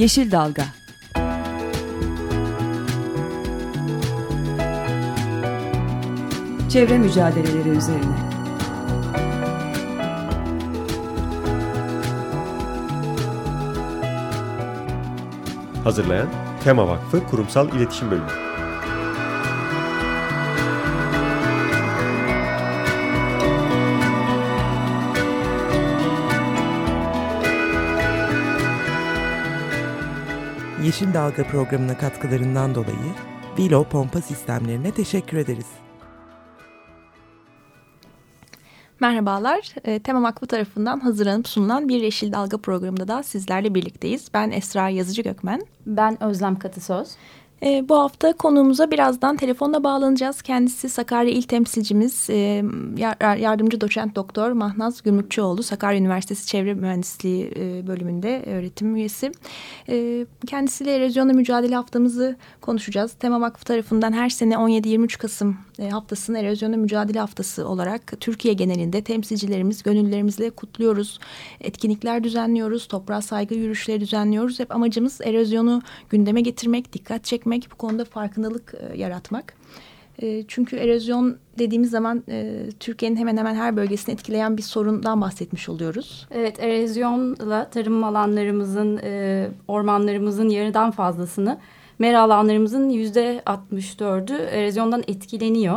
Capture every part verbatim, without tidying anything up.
Yeşil Dalga. Çevre mücadeleleri üzerine. Hazırlayan Tema Vakfı Kurumsal İletişim Bölümü. Yeşil Dalga programına katkılarından dolayı Vilo Pompa Sistemlerine teşekkür ederiz. Merhabalar, e, Tema Vakfı tarafından hazırlanıp sunulan bir Yeşil Dalga programında da sizlerle birlikteyiz. Ben Esra Yazıcı Gökmen. Ben Özlem Katısöz. E, bu hafta konuğumuza birazdan telefonla bağlanacağız. Kendisi Sakarya İl Temsilcimiz, e, Yardımcı Doçent Doktor Mahnaz Gümrükçüoğlu, Sakarya Üniversitesi Çevre Mühendisliği e, bölümünde öğretim üyesi. E, kendisiyle erozyonla mücadele haftamızı konuşacağız. Tema Vakfı tarafından her sene on yedi yirmi üç Kasım e, haftasını erozyonla mücadele haftası olarak Türkiye genelinde temsilcilerimiz, gönüllülerimizle kutluyoruz. Etkinlikler düzenliyoruz, toprağa saygı yürüyüşleri düzenliyoruz. Hep amacımız erozyonu gündeme getirmek, dikkat çekmek, bu konuda farkındalık e, yaratmak. E, çünkü erozyon dediğimiz zaman e, Türkiye'nin hemen hemen her bölgesini etkileyen bir sorundan bahsetmiş oluyoruz. Evet, erozyonla tarım alanlarımızın, e, ormanlarımızın yarıdan fazlasını, mera alanlarımızın yüzde altmış dördü erozyondan etkileniyor.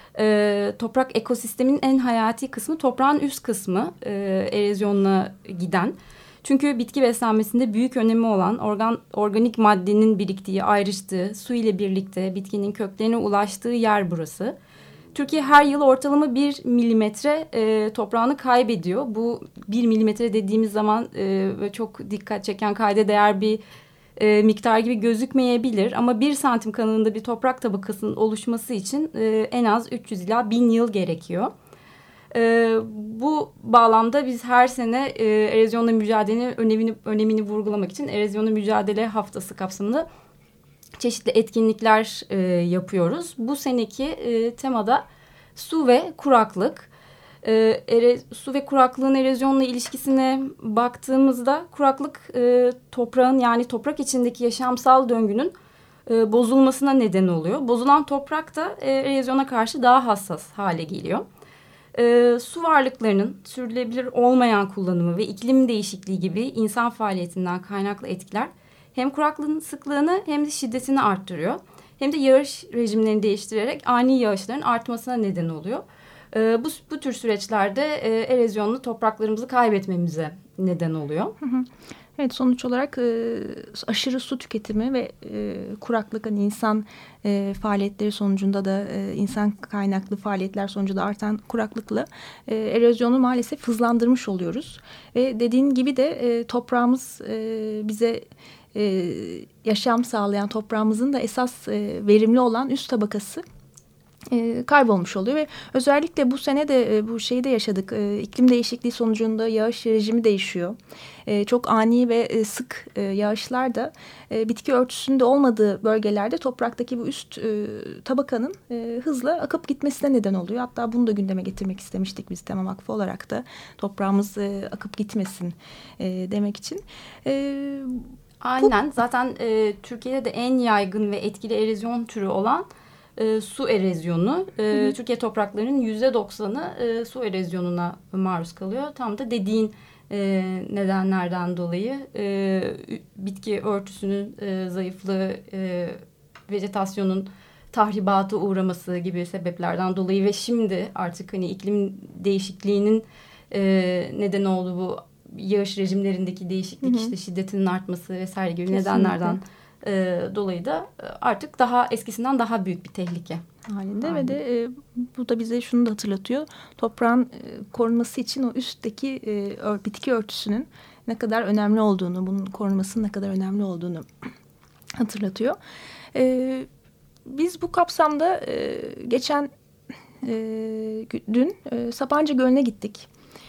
E, toprak ekosistemin en hayati kısmı toprağın üst kısmı e, erozyonla giden. Çünkü bitki beslenmesinde büyük önemi olan organ, organik maddenin biriktiği, ayrıştığı, su ile birlikte bitkinin köklerine ulaştığı yer burası. Türkiye her yıl ortalama bir milimetre e, toprağını kaybediyor. Bu bir milimetre dediğimiz zaman e, çok dikkat çeken, kayda değer bir e, miktar gibi gözükmeyebilir. Ama bir santim kalınlığında bir toprak tabakasının oluşması için e, en az üç yüz ila bin yıl gerekiyor. Ee, bu bağlamda biz her sene e, erozyonla mücadelenin önemini, önemini vurgulamak için erozyonla mücadele haftası kapsamında çeşitli etkinlikler e, yapıyoruz. Bu seneki e, temada su ve kuraklık. E, ere, su ve kuraklığın erozyonla ilişkisine baktığımızda kuraklık e, toprağın, yani toprak içindeki yaşamsal döngünün e, bozulmasına neden oluyor. Bozulan toprak da e, erozyona karşı daha hassas hale geliyor. E, su varlıklarının sürdürülebilir olmayan kullanımı ve iklim değişikliği gibi insan faaliyetinden kaynaklı etkiler hem kuraklığın sıklığını hem de şiddetini arttırıyor. Hem de yağış rejimlerini değiştirerek ani yağışların artmasına neden oluyor. E, bu, bu tür süreçlerde e, erozyonlu topraklarımızı kaybetmemize neden oluyor. Hı hı. Evet, sonuç olarak e, aşırı su tüketimi ve e, kuraklık, hani insan e, faaliyetleri sonucunda da e, insan kaynaklı faaliyetler sonucunda artan kuraklıkla e, erozyonu maalesef hızlandırmış oluyoruz. Ve dediğin gibi de e, toprağımız e, bize e, yaşam sağlayan toprağımızın da esas e, verimli olan üst tabakası E, kaybolmuş oluyor ve özellikle bu sene de e, bu şeyi de yaşadık. E, iklim değişikliği sonucunda yağış rejimi değişiyor. E, çok ani ve e, sık e, yağışlar da e, bitki örtüsünde olmadığı bölgelerde topraktaki bu üst e, tabakanın e, hızla akıp gitmesine neden oluyor. Hatta bunu da gündeme getirmek istemiştik biz Tema Vakfı olarak da, toprağımız e, akıp gitmesin e, demek için. E, Aynen bu... zaten e, Türkiye'de de en yaygın ve etkili erozyon türü olan E, su erozyonu. E, hı hı. Türkiye topraklarının yüzde doksanı e, su erozyonuna maruz kalıyor. Tam da dediğin e, nedenlerden dolayı e, bitki örtüsünün e, zayıflığı, e, vejetasyonun tahribata uğraması gibi sebeplerden dolayı ve şimdi artık hani iklim değişikliğinin e, neden olduğu bu yağış rejimlerindeki değişiklik, hı hı. işte şiddetinin artması vesaire gibi Kesinlikle. nedenlerden E, dolayı da artık daha eskisinden daha büyük bir tehlike halinde Aynen. Ve de e, bu da bize şunu da hatırlatıyor. Toprağın e, korunması için o üstteki e, ör, bitki örtüsünün ne kadar önemli olduğunu, bunun korunmasının ne kadar önemli olduğunu hatırlatıyor. E, biz bu kapsamda e, geçen e, dün e, Sapanca Gölü'ne gittik.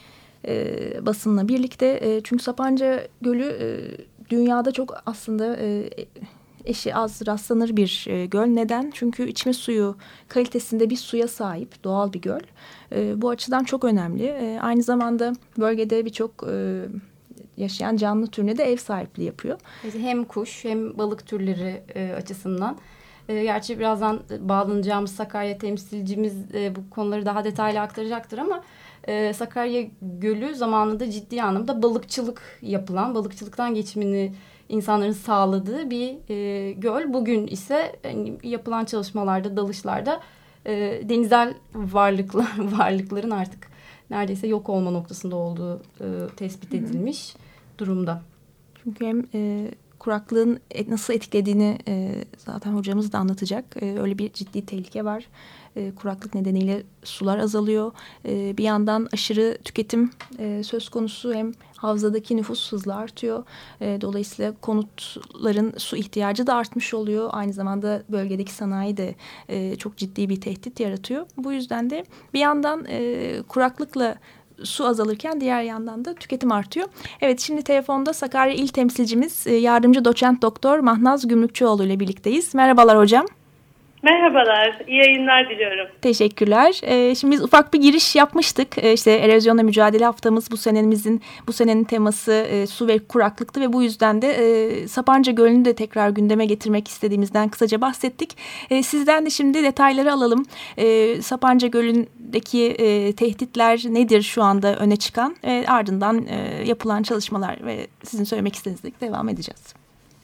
E, basınla birlikte. E, çünkü Sapanca Gölü e, dünyada çok aslında e, eşi az rastlanır bir e, göl. Neden? Çünkü içme suyu kalitesinde bir suya sahip doğal bir göl. E, bu açıdan çok önemli. E, aynı zamanda bölgede birçok e, yaşayan canlı türüne de ev sahipliği yapıyor. Hem kuş hem balık türleri e, açısından. E, gerçi birazdan bağlanacağımız Sakarya temsilcimiz e, bu konuları daha detaylı aktaracaktır ama e, Sakarya Gölü zamanında ciddi anlamda balıkçılık yapılan, balıkçılıktan geçimini insanların sağladığı bir e, göl. Bugün ise yani, yapılan çalışmalarda, dalışlarda e, denizel varlıklar, varlıkların artık neredeyse yok olma noktasında olduğu e, tespit edilmiş Hı-hı. durumda. Çünkü hem e, kuraklığın nasıl etkilediğini e, zaten hocamız da anlatacak. E, öyle bir ciddi tehlike var. E, kuraklık nedeniyle sular azalıyor. E, bir yandan aşırı tüketim e, söz konusu, hem havzadaki nüfus hızla artıyor. E, dolayısıyla konutların su ihtiyacı da artmış oluyor. Aynı zamanda bölgedeki sanayi de e, çok ciddi bir tehdit yaratıyor. Bu yüzden de bir yandan e, kuraklıkla su azalırken diğer yandan da tüketim artıyor. Evet, şimdi telefonda Sakarya İl Temsilcimiz Yardımcı Doçent Doktor Mahnaz Gümrükçüoğlu ile birlikteyiz. Merhabalar hocam. Merhabalar, iyi yayınlar diliyorum. Teşekkürler. Ee, şimdi biz ufak bir giriş yapmıştık. Ee, işte erozyonla mücadele haftamız bu senemizin bu senenin teması e, su ve kuraklıktı ve bu yüzden de e, Sapanca Gölü'nü de tekrar gündeme getirmek istediğimizden kısaca bahsettik. E, sizden de şimdi detayları alalım. E, Sapanca Gölü'ndeki e, tehditler nedir şu anda öne çıkan? E, ardından e, yapılan çalışmalar ve sizin söylemek istediğinizle devam edeceğiz.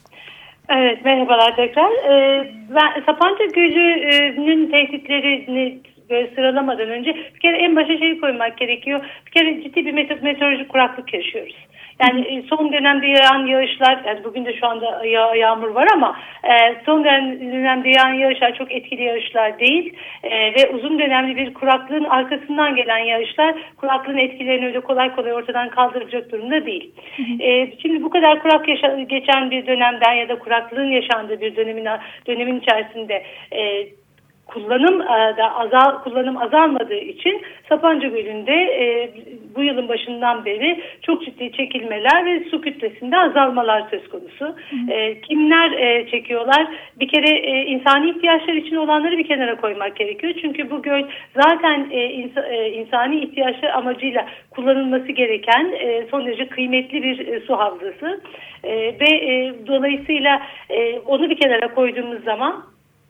Evet, merhabalar tekrar. Ee, ben Sapanca Gölü'nün tehditlerini böyle sıralamadan önce bir kere en başa şeyi koymak gerekiyor. Bir kere ciddi bir meteorolojik kuraklık yaşıyoruz. Yani son dönemde yağan yağışlar, yani bugün de şu anda yağ, yağmur var ama e, son dönemde yağan yağışlar çok etkili yağışlar değil e, ve uzun dönemli bir kuraklığın arkasından gelen yağışlar kuraklığın etkilerini öyle kolay kolay ortadan kaldıracak durumda değil. E, şimdi bu kadar kurak yaşa, geçen bir dönemden ya da kuraklığın yaşandığı bir dönemin dönemin içerisinde e, kullanım da azal kullanım azalmadığı için Sapanca Gölü'nde e, bu yılın başından beri çok ciddi çekilmeler ve su kütlesinde azalmalar söz konusu. E, kimler e, çekiyorlar? Bir kere e, insani ihtiyaçlar için olanları bir kenara koymak gerekiyor. Çünkü bu göl zaten e, ins e, insani ihtiyaçlar amacıyla kullanılması gereken e, son derece kıymetli bir e, su havzası. E, ve e, dolayısıyla e, onu bir kenara koyduğumuz zaman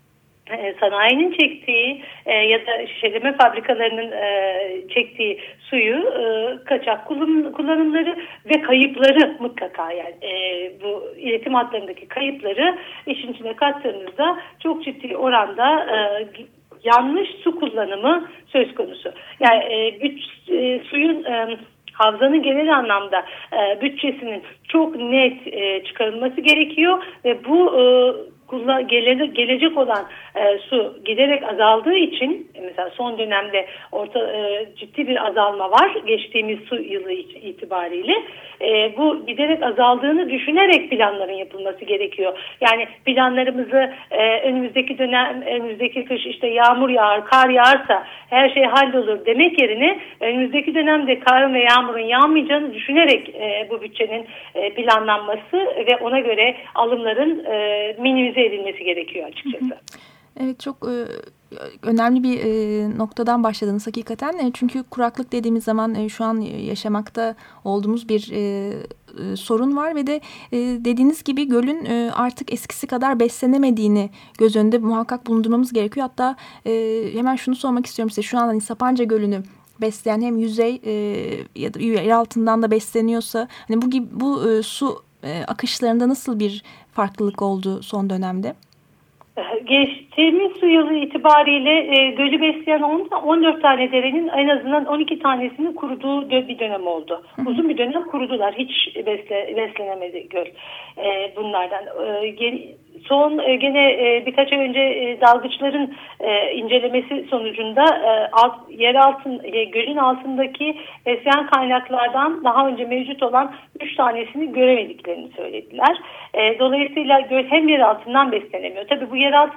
sanayinin çektiği e, ya da şişeleme fabrikalarının e, çektiği suyu e, kaçak kullanım, kullanımları ve kayıpları mutlaka, yani e, bu iletim hatlarındaki kayıpları işin içine kattığımızda çok ciddi oranda e, yanlış su kullanımı söz konusu. Yani e, güç, e, suyun e, havzanın genel anlamda e, bütçesinin çok net e, çıkarılması gerekiyor ve bu e, gelecek olan e, su giderek azaldığı için, mesela son dönemde orta e, ciddi bir azalma var geçtiğimiz su yılı itibariyle. E, bu giderek azaldığını düşünerek planların yapılması gerekiyor. Yani planlarımızı e, önümüzdeki dönem, önümüzdeki kış işte yağmur yağar, kar yağarsa her şey hallolur demek yerine önümüzdeki dönemde karın ve yağmurun yağmayacağını düşünerek e, bu bütçenin e, planlanması ve ona göre alımların e, minimize edilmesi gerekiyor açıkçası. Evet, çok e, önemli bir e, noktadan başladınız hakikaten. E, çünkü kuraklık dediğimiz zaman e, şu an yaşamakta olduğumuz bir e, e, sorun var ve de e, dediğiniz gibi gölün e, artık eskisi kadar beslenemediğini göz önünde muhakkak bulundurmamız gerekiyor. Hatta e, hemen şunu sormak istiyorum size. Şu an hani Sapanca Gölü'nü besleyen hem yüzey e, ya da yer altından da besleniyorsa hani bu gibi bu e, su e, akışlarında nasıl bir farklılık oldu son dönemde? Geçtiğimiz su yılı itibariyle e, gölü besleyen on dört tane derenin en azından on iki tanesinin kuruduğu bir dönem oldu. Uzun bir dönem kurudular. Hiç besle, beslenemedi göl e, bunlardan. E, gen, son e, gene e, birkaç ay önce e, dalgıçların e, incelemesi sonucunda e, alt, yer altın, e, gölün altındaki besleyen kaynaklardan daha önce mevcut olan üç tanesini göremediklerini söylediler. E, dolayısıyla göl hem yer altından beslenemiyor. Tabii bu yer altından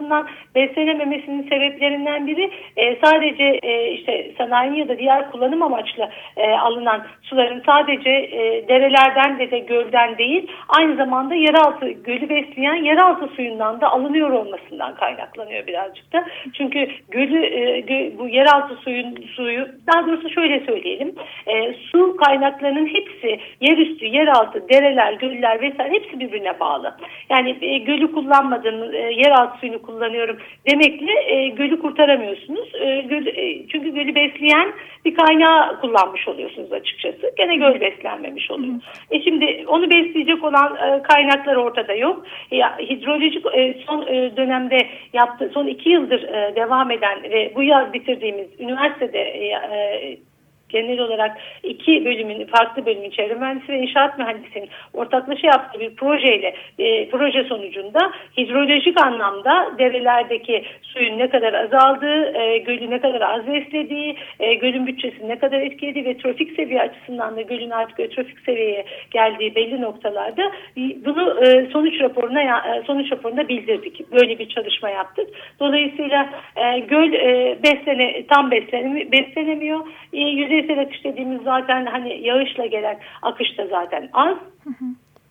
beslenememesinin sebeplerinden biri e, sadece e, işte sanayi ya da diğer kullanım amaçlı e, alınan suların sadece e, derelerden ve de gölden değil, aynı zamanda yeraltı gölü besleyen yeraltı suyundan da alınıyor olmasından kaynaklanıyor birazcık da. Çünkü gölü e, gö, bu yeraltı suyun suyu, daha doğrusu şöyle söyleyelim, e, su kaynaklarının hepsi yerüstü, yeraltı, dereler, göller vesaire hepsi birbirine bağlı. Yani e, gölü kullanmadım, e, yeraltı suyunu kullanıyorum demekle e, gölü kurtaramıyorsunuz. E, göl, e, çünkü gölü besleyen bir kaynağı kullanmış oluyorsunuz açıkçası. Gene göl beslenmemiş oluyor. E şimdi onu besleyecek olan e, kaynaklar ortada yok. E, hidrolojik e, son e, dönemde yaptığı, son iki yıldır e, devam eden ve bu yaz bitirdiğimiz üniversitede e, e, genel olarak iki bölümün, farklı bölümün, çevre mühendisi ve inşaat mühendisinin ortaklaşa yaptığı bir projeyle, e, proje sonucunda hidrolojik anlamda derelerdeki suyun ne kadar azaldığı, e, gölü ne kadar az beslediği, e, gölün bütçesini ne kadar etkilediği ve trofik seviye açısından da gölün artık ötrofik seviyeye geldiği belli noktalarda bunu e, sonuç raporuna e, sonuç raporunda bildirdik. Böyle bir çalışma yaptık. Dolayısıyla e, göl e, beslene, tam beslenemiyor, beslenemiyor. E, yüzey akış dediğimiz zaten hani yağışla gelen akış da zaten az. Hı hı.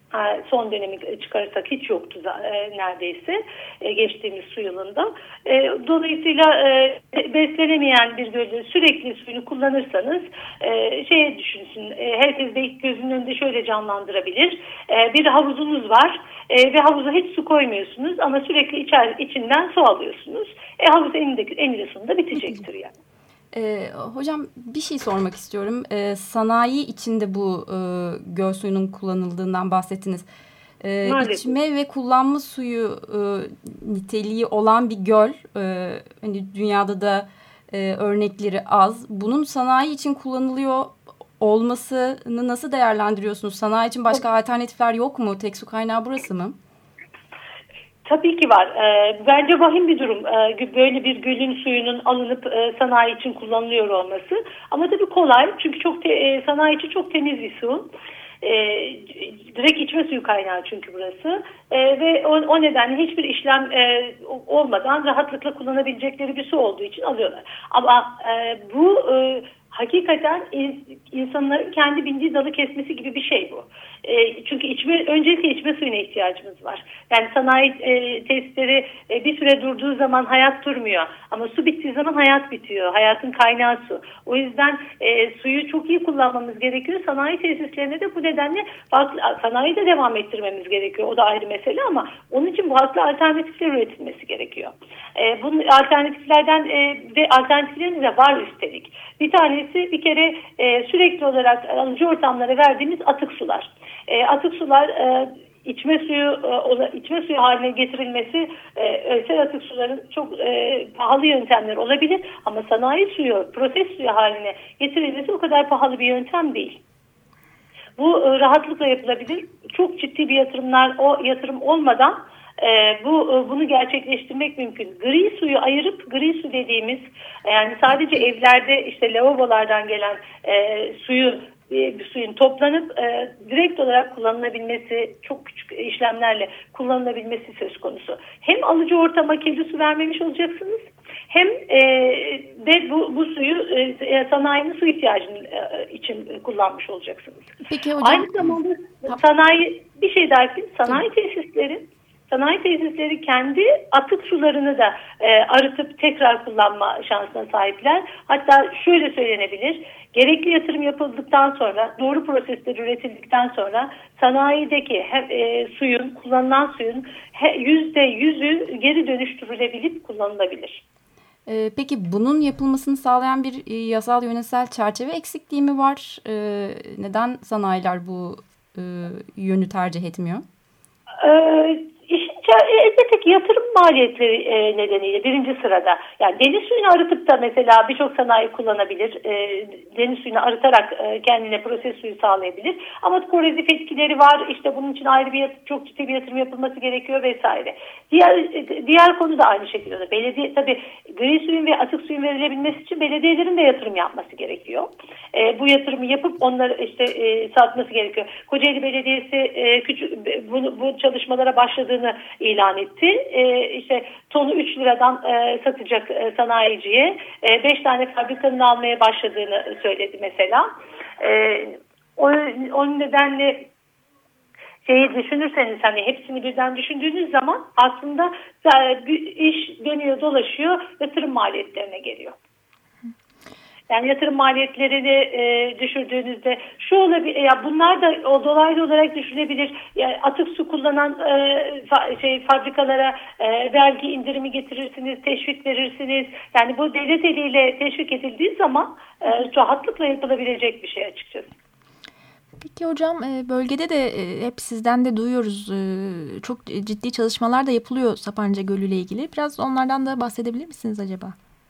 Son dönemi çıkarırsak hiç yoktu neredeyse geçtiğimiz su yılında. Dolayısıyla beslenemeyen bir gölü sürekli suyunu kullanırsanız şeye düşünsün, herkes de ilk gözünün önünde şöyle canlandırabilir. Bir havuzunuz var ve havuza hiç su koymuyorsunuz ama sürekli içer, içinden su alıyorsunuz. E, havuz eninde, eninde sonunda bitecektir yani. Ee, hocam bir şey sormak istiyorum. Ee, sanayi içinde bu e, göl suyunun kullanıldığından bahsettiniz. Ee, içme ve kullanma suyu e, niteliği olan bir göl, e, hani dünyada da e, örnekleri az. Bunun sanayi için kullanılıyor olmasını nasıl değerlendiriyorsunuz? Sanayi için başka alternatifler yok mu? Tek su kaynağı burası mı? Tabii ki var. E, bence vahim bir durum. E, böyle bir gölün suyunun alınıp e, sanayi için kullanılıyor olması. Ama tabii kolay. Çünkü çok te, e, sanayi için çok temiz bir su. E, direkt içme suyu kaynağı çünkü burası. E, ve o, o nedenle hiçbir işlem e, olmadan rahatlıkla kullanabilecekleri bir su olduğu için alıyorlar. Ama e, bu... E, Hakikaten insanların kendi bindiği dalı kesmesi gibi bir şey bu. E, çünkü içme, öncelikle içme suyuna ihtiyacımız var. Yani sanayi e, tesisleri e, bir süre durduğu zaman hayat durmuyor. Ama su bittiği zaman hayat bitiyor. Hayatın kaynağı su. O yüzden e, suyu çok iyi kullanmamız gerekiyor. Sanayi tesislerine de bu nedenle farklı, sanayi de devam ettirmemiz gerekiyor. O da ayrı mesele ama onun için farklı alternatifler üretilmesi gerekiyor. E, bunun alternatiflerden e, ve alternatiflerimiz de var üstelik. Bir tanesi bir kere e, sürekli olarak alıcı ortamlara verdiğimiz atık sular. E, atık sular e, içme suyu e, içme suyu haline getirilmesi e, özel atık suların çok e, pahalı yöntemler olabilir ama sanayi suyu, proses suyu haline getirilmesi o kadar pahalı bir yöntem değil. Bu e, rahatlıkla yapılabilir. Çok ciddi bir yatırımlar, o yatırım olmadan Ee, bu bunu gerçekleştirmek mümkün. Gri suyu ayırıp gri su dediğimiz yani sadece evlerde işte lavabolardan gelen e, suyu e, suyun toplanıp e, direkt olarak kullanılabilmesi, çok küçük işlemlerle kullanılabilmesi söz konusu. Hem alıcı ortama kirli su vermemiş olacaksınız. Hem e, de bu, bu suyu e, sanayinin su ihtiyacının e, için kullanmış olacaksınız. Peki hocam. Aynı zamanda sanayi bir şey daha ki sanayi tesisleri Sanayi tesisleri kendi atık sularını da e, arıtıp tekrar kullanma şansına sahipler. Hatta şöyle söylenebilir, gerekli yatırım yapıldıktan sonra, doğru prosesler üretildikten sonra sanayideki he, e, suyun, kullanılan suyun yüzde yüzü geri dönüştürülebilip kullanılabilir. Ee, peki bunun yapılmasını sağlayan bir e, yasal yönetsel çerçeve eksikliği mi var? E, neden sanayiler bu e, yönü tercih etmiyor? Evet. Elbette ki yatırım maliyetleri e, nedeniyle birinci sırada. Yani deniz suyunu arıtıp da mesela birçok sanayi kullanabilir. E, deniz suyunu arıtarak e, kendine proses suyu sağlayabilir. Ama korozif etkileri var. İşte bunun için ayrı bir çok ciddi bir yatırım yapılması gerekiyor vesaire. Diğer e, diğer konu da aynı şekilde. Belediye tabii gri suyun ve atık suyun verilebilmesi için belediyelerin de yatırım yapması gerekiyor. E, bu yatırımı yapıp onları işte e, satması gerekiyor. Kocaeli Belediyesi e, küçük bu, bu çalışmalara başladığını ilan etti. E, işte tonu üç liradan e, satacak e, sanayiciye e, beş tane fabrikanın almaya başladığını söyledi mesela. E, o, onun nedenle şeyi düşünürseniz, hani hepsini birden düşündüğünüz zaman aslında bir iş dönüyor dolaşıyor, yatırım maliyetlerine geliyor. Yani yatırım maliyetlerini e, düşürdüğünüzde şu olabilir, ya bunlar da o dolaylı olarak düşülebilir. Yani atık su kullanan e, fa, şey fabrikalara e, vergi indirimi getirirsiniz, teşvik verirsiniz. Yani bu devlet eliyle teşvik edildiği zaman e, rahatlıkla yapılabilecek bir şey açıkçası. Peki hocam, bölgede de hep sizden de duyuyoruz, çok ciddi çalışmalar da yapılıyor Sapanca Gölü ile ilgili. Biraz onlardan da bahsedebilir misiniz acaba?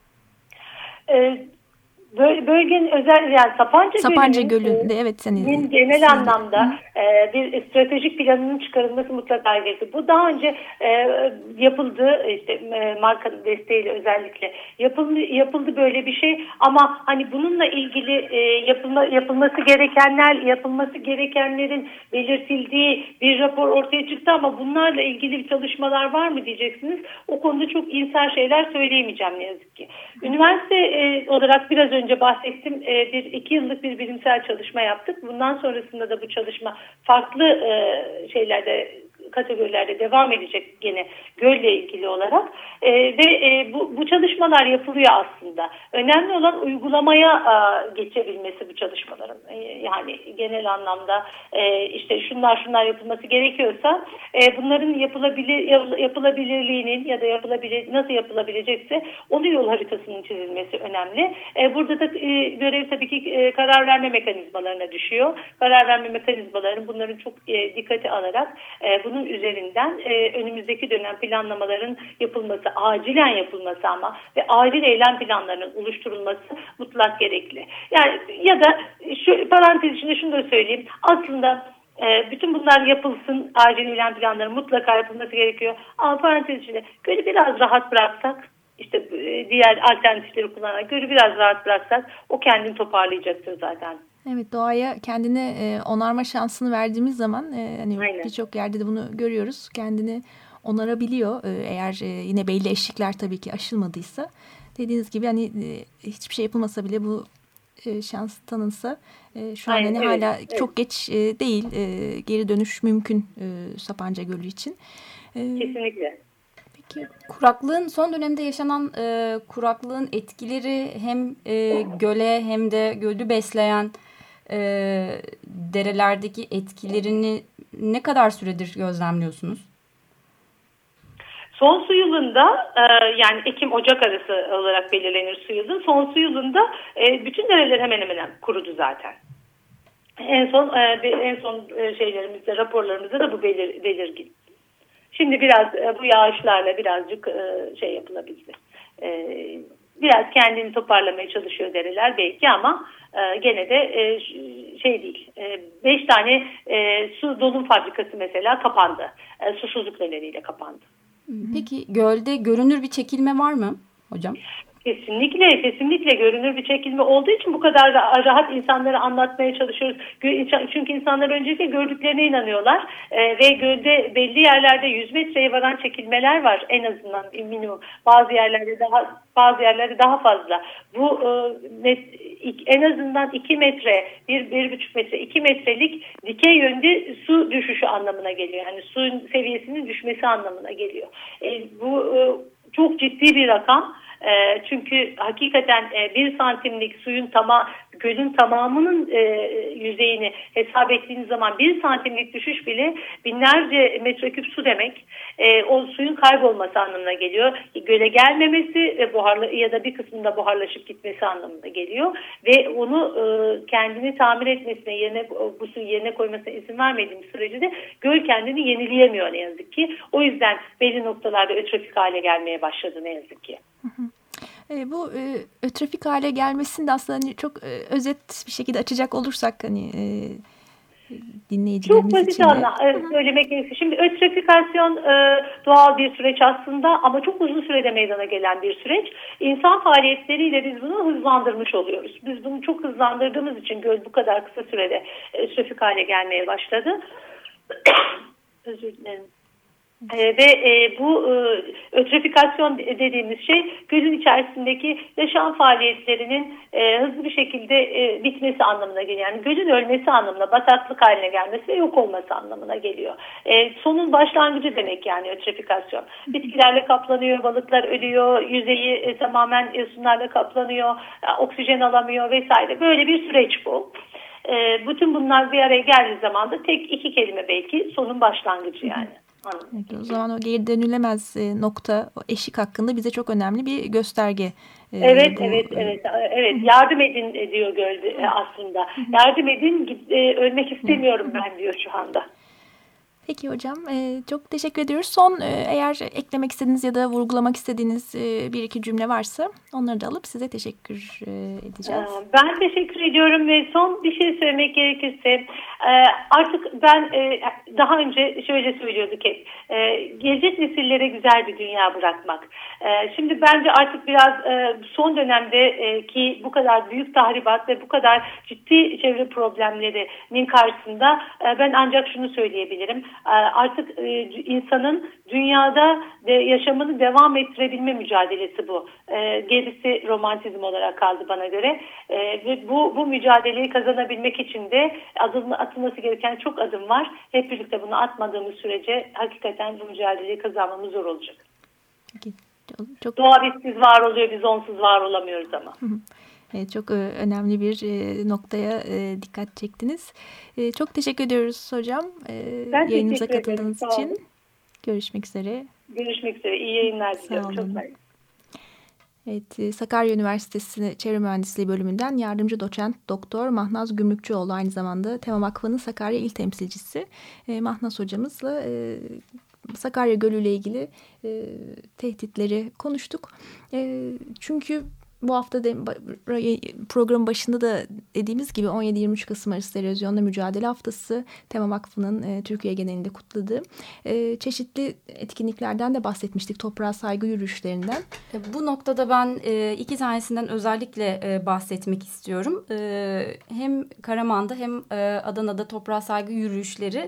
Evet. Bölgenin özel, yani Sapanca, Sapanca Gölü'nde evet senin genel sizin, anlamda e, bir stratejik planının çıkarılması mutlaka gerekli. Bu daha önce e, yapıldı, işte e, markanın desteğiyle özellikle yapıldı, yapıldı böyle bir şey, ama hani bununla ilgili e, yapılma, yapılması gerekenler, yapılması gerekenlerin belirtildiği bir rapor ortaya çıktı, ama bunlarla ilgili çalışmalar var mı diyeceksiniz. O konuda çok iyimser şeyler söyleyemeyeceğim ne yazık ki. Üniversite e, olarak biraz önce önce bahsettim. Bir iki yıllık bir bilimsel çalışma yaptık. Bundan sonrasında da bu çalışma farklı şeylerde, kategorilerde devam edecek gene gölle ilgili olarak. E, ve e, bu, bu çalışmalar yapılıyor aslında. Önemli olan uygulamaya e, geçebilmesi bu çalışmaların. E, yani genel anlamda e, işte şunlar şunlar yapılması gerekiyorsa e, bunların yapılabilir, yapılabilirliğinin ya da yapılabilir, nasıl yapılabilecekse onun yol haritasının çizilmesi önemli. E, burada da e, görev tabii ki e, karar verme mekanizmalarına düşüyor. Karar verme mekanizmalarının bunların çok e, dikkate alarak e, bunun üzerinden e, önümüzdeki dönem planlamaların yapılması, acilen yapılması ama ve acil eylem planlarının oluşturulması mutlak gerekli. Yani ya da şu parantez içinde şunu da söyleyeyim. Aslında e, bütün bunlar yapılsın, acil eylem planları mutlaka yapılması gerekiyor. Ama parantez içinde gölü biraz rahat bıraksak, işte e, diğer alternatifleri kullanarak gölü biraz rahat bıraksak o kendini toparlayacaktır zaten. Evet, doğaya kendine e, onarma şansını verdiğimiz zaman e, hani birçok yerde de bunu görüyoruz. Kendini onarabiliyor. E, eğer e, yine belli eşikler tabii ki aşılmadıysa. Dediğiniz gibi hani e, hiçbir şey yapılmasa bile bu e, şans tanınsa e, şu Aynen, an hani evet, hala evet. çok geç e, değil. E, geri dönüş mümkün e, Sapanca Gölü için. E, Kesinlikle. Peki kuraklığın son dönemde yaşanan e, kuraklığın etkileri hem e, göle hem de gölü besleyen e, derelerdeki etkilerini ne kadar süredir gözlemliyorsunuz? Son su yılında e, yani Ekim-Ocak arası olarak belirlenir su yılı. Son su yılında e, bütün dereler hemen hemen kurudu zaten. En son e, en son e, şeylerimizde, raporlarımızda da bu belir, belirgin. Şimdi biraz e, bu yağışlarla birazcık e, şey yapılabildi. E, biraz kendini toparlamaya çalışıyor dereler belki, ama e, gene de e, şey değil. E, beş tane e, su dolum fabrikası mesela kapandı. E, susuzluk nedeniyle kapandı. Peki gölde görünür bir çekilme var mı hocam? Kesinlikle, kesinlikle görünür bir çekilme olduğu için bu kadar rahat insanlara anlatmaya çalışıyoruz. Çünkü insanlar öncelikle gördüklerine inanıyorlar ee, ve gölde belli yerlerde yüz metreye varan çekilmeler var en azından minimum. Bazı yerlerde daha bazı yerlerde daha fazla. Bu e, en azından iki metre, bir, bir buçuk metre, iki metrelik dikey yönde su düşüşü anlamına geliyor. Yani suyun seviyesinin düşmesi anlamına geliyor. E, bu e, çok ciddi bir rakam. E, çünkü hakikaten e, bir santimlik suyun tamam gölün tamamının e, yüzeyini hesap ettiğiniz zaman bir santimlik düşüş bile binlerce metreküp su demek. E, o suyun kaybolması anlamına geliyor. Göle gelmemesi ve buharla ya da bir kısmında buharlaşıp gitmesi anlamına geliyor ve onu e, kendini tamir etmesine, yerine bu suyu yerine koymasına izin vermediğimiz sürece de göl kendini yenileyemiyor ne yazık ki. O yüzden belli noktalarda ötrofik hale gelmeye başladı ne yazık ki. Hı hı. E, bu e, ötrofik hale gelmesini de aslında hani çok e, özet bir şekilde açacak olursak hani e, dinleyicilerimiz çok için. Çok basit anla, söylemek gerekiyor. Şimdi ötrofikasyon e, doğal bir süreç aslında ama çok uzun sürede meydana gelen bir süreç. İnsan faaliyetleriyle biz bunu hızlandırmış oluyoruz. Biz bunu çok hızlandırdığımız için göl bu kadar kısa sürede ötrofik hale gelmeye başladı. Özür dilerim. Ee, ve e, bu e, ötrifikasyon dediğimiz şey gölün içerisindeki yaşam faaliyetlerinin e, hızlı bir şekilde e, bitmesi anlamına geliyor. Yani gölün ölmesi anlamına, bataklık haline gelmesi ve yok olması anlamına geliyor. E, sonun başlangıcı demek yani ötrifikasyon. Bitkilerle kaplanıyor, balıklar ölüyor, yüzeyi e, tamamen yosunlarla kaplanıyor, e, oksijen alamıyor vesaire. Böyle bir süreç bu. E, bütün bunlar bir araya geldiği zaman da tek iki kelime belki sonun başlangıcı yani. Evet, o zaman o geri dönülemez nokta, o eşik hakkında bize çok önemli bir gösterge. Evet, bu, evet, evet, evet. Yardım edin diyor gölde aslında. Yardım edin, ölmek istemiyorum ben diyor şu anda. Peki hocam, çok teşekkür ediyoruz. Son eğer eklemek istediğiniz ya da vurgulamak istediğiniz bir iki cümle varsa onları da alıp size teşekkür edeceğiz. Ben teşekkür ediyorum ve son bir şey söylemek gerekirse artık ben daha önce şöyle söylüyorduk hep, gelecek nesillere güzel bir dünya bırakmak. Şimdi bence artık biraz son dönemde ki bu kadar büyük tahribat ve bu kadar ciddi çevre problemlerinin karşısında ben ancak şunu söyleyebilirim. Artık insanın dünyada de yaşamını devam ettirebilme mücadelesi bu. Gerisi romantizm olarak kaldı bana göre. Ve bu bu mücadeleyi kazanabilmek için de adımlı atılması gereken çok adım var. Hep birlikte bunu atmadığımız sürece hakikaten bu mücadeleyi kazanmamız zor olacak. Çok... Doğa bizsiz var oluyor, biz onsuz var olamıyoruz ama. Evet, çok önemli bir noktaya dikkat çektiniz. Çok teşekkür ediyoruz hocam. Ben yayınımıza katıldığınız için. Görüşmek üzere. Görüşmek üzere. İyi yayınlar diliyorum. Çok sağ olun. Evet, Sakarya Üniversitesi Çevre Mühendisliği bölümünden yardımcı doçent doktor Mahnaz Gümrükçüoğlu, aynı zamanda Tema Vakfı'nın Sakarya İl Temsilcisi. Mahnaz hocamızla Sakarya Gölü ile ilgili tehditleri konuştuk. Çünkü bu hafta de, programın başında da dediğimiz gibi on yedi yirmi üç Kasım arası erozyonla mücadele haftası Tema Vakfı'nın e, Türkiye genelinde kutladığı e, çeşitli etkinliklerden de bahsetmiştik. Toprağa saygı yürüyüşlerinden. Bu noktada ben e, iki tanesinden özellikle e, bahsetmek istiyorum. E, hem Karaman'da hem e, Adana'da toprağa saygı yürüyüşleri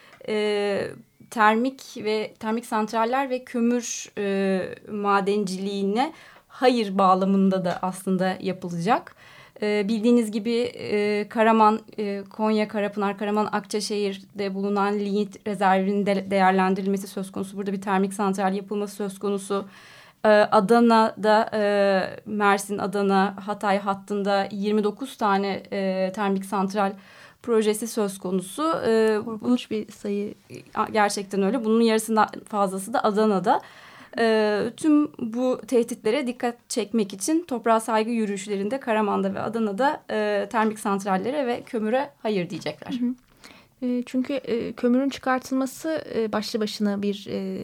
e, termik ve termik santraller ve kömür e, madenciliğine hayır bağlamında da aslında yapılacak. Ee, bildiğiniz gibi e, Karaman, e, Konya, Karapınar, Karaman, Akçaşehir'de bulunan lignit rezervinin de değerlendirilmesi söz konusu. Burada bir termik santral yapılması söz konusu. Ee, Adana'da, e, Mersin, Adana, Hatay hattında yirmi dokuz tane e, termik santral projesi söz konusu. Ee, Korkunç bir sayı. Gerçekten öyle. Bunun yarısından fazlası da Adana'da. E, tüm bu tehditlere dikkat çekmek için toprağa saygı yürüyüşlerinde Karaman'da ve Adana'da e, termik santrallere ve kömüre hayır diyecekler. Hı hı. E, çünkü e, kömürün çıkartılması e, başlı başına bir e,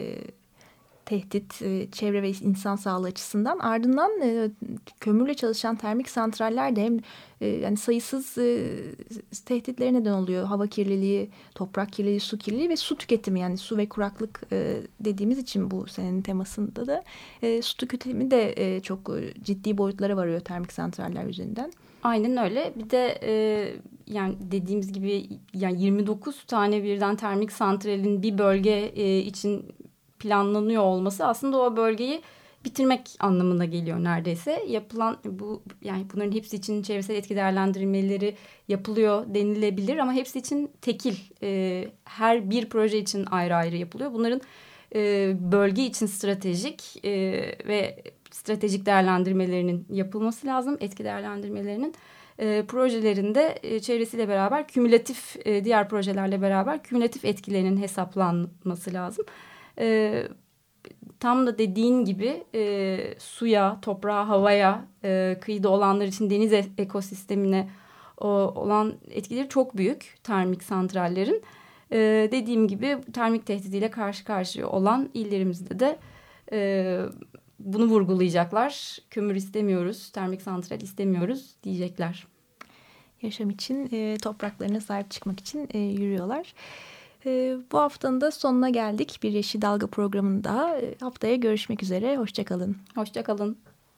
tehdit e, çevre ve insan sağlığı açısından. Ardından e, kömürle çalışan termik santraller de hem e, yani sayısız e, tehditlere neden oluyor. Hava kirliliği, toprak kirliliği, su kirliliği ve su tüketimi, yani su ve kuraklık e, dediğimiz için bu senenin temasında da e, su tüketimi de e, çok ciddi boyutlara varıyor termik santraller üzerinden. Aynen öyle. Bir de e, yani dediğimiz gibi yani yirmi dokuz tane birden termik santralin bir bölge e, için planlanıyor olması aslında o bölgeyi bitirmek anlamına geliyor neredeyse. Yapılan bu, yani bunların hepsi için çevresel etki değerlendirmeleri yapılıyor denilebilir ama hepsi için tekil, e, her bir proje için ayrı ayrı yapılıyor. Bunların e, bölge için stratejik e, ve stratejik değerlendirmelerinin yapılması lazım, etki değerlendirmelerinin. E, projelerinde e, çevresiyle beraber kümülatif, e, diğer projelerle beraber kümülatif etkilerinin hesaplanması lazım. E, tam da dediğin gibi e, suya, toprağa, havaya, e, kıyıda olanlar için deniz ekosistemine o, olan etkileri çok büyük termik santrallerin. E, dediğim gibi termik tehdidiyle karşı karşıya olan illerimizde de e, bunu vurgulayacaklar. Kömür istemiyoruz, termik santral istemiyoruz diyecekler. Yaşam için, e, topraklarına sahip çıkmak için e, yürüyorlar. E, bu haftanın da sonuna geldik. Bir Yeşil Dalga programında e, haftaya görüşmek üzere. Hoşçakalın. Hoşçakalın.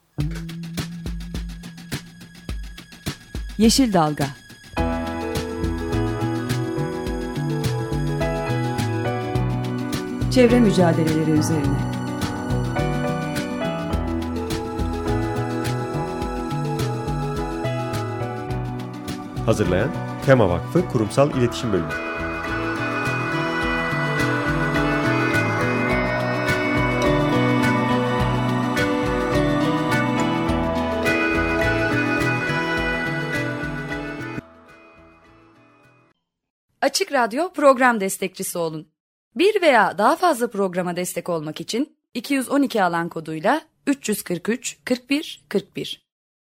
Yeşil Dalga. çevre mücadeleleri üzerine. Hazırlayan Tema Vakfı Kurumsal İletişim Bölümü. Açık Radyo program destekçisi olun. Bir veya daha fazla programa destek olmak için iki yüz on iki alan koduyla üç yüz kırk üç kırk bir kırk bir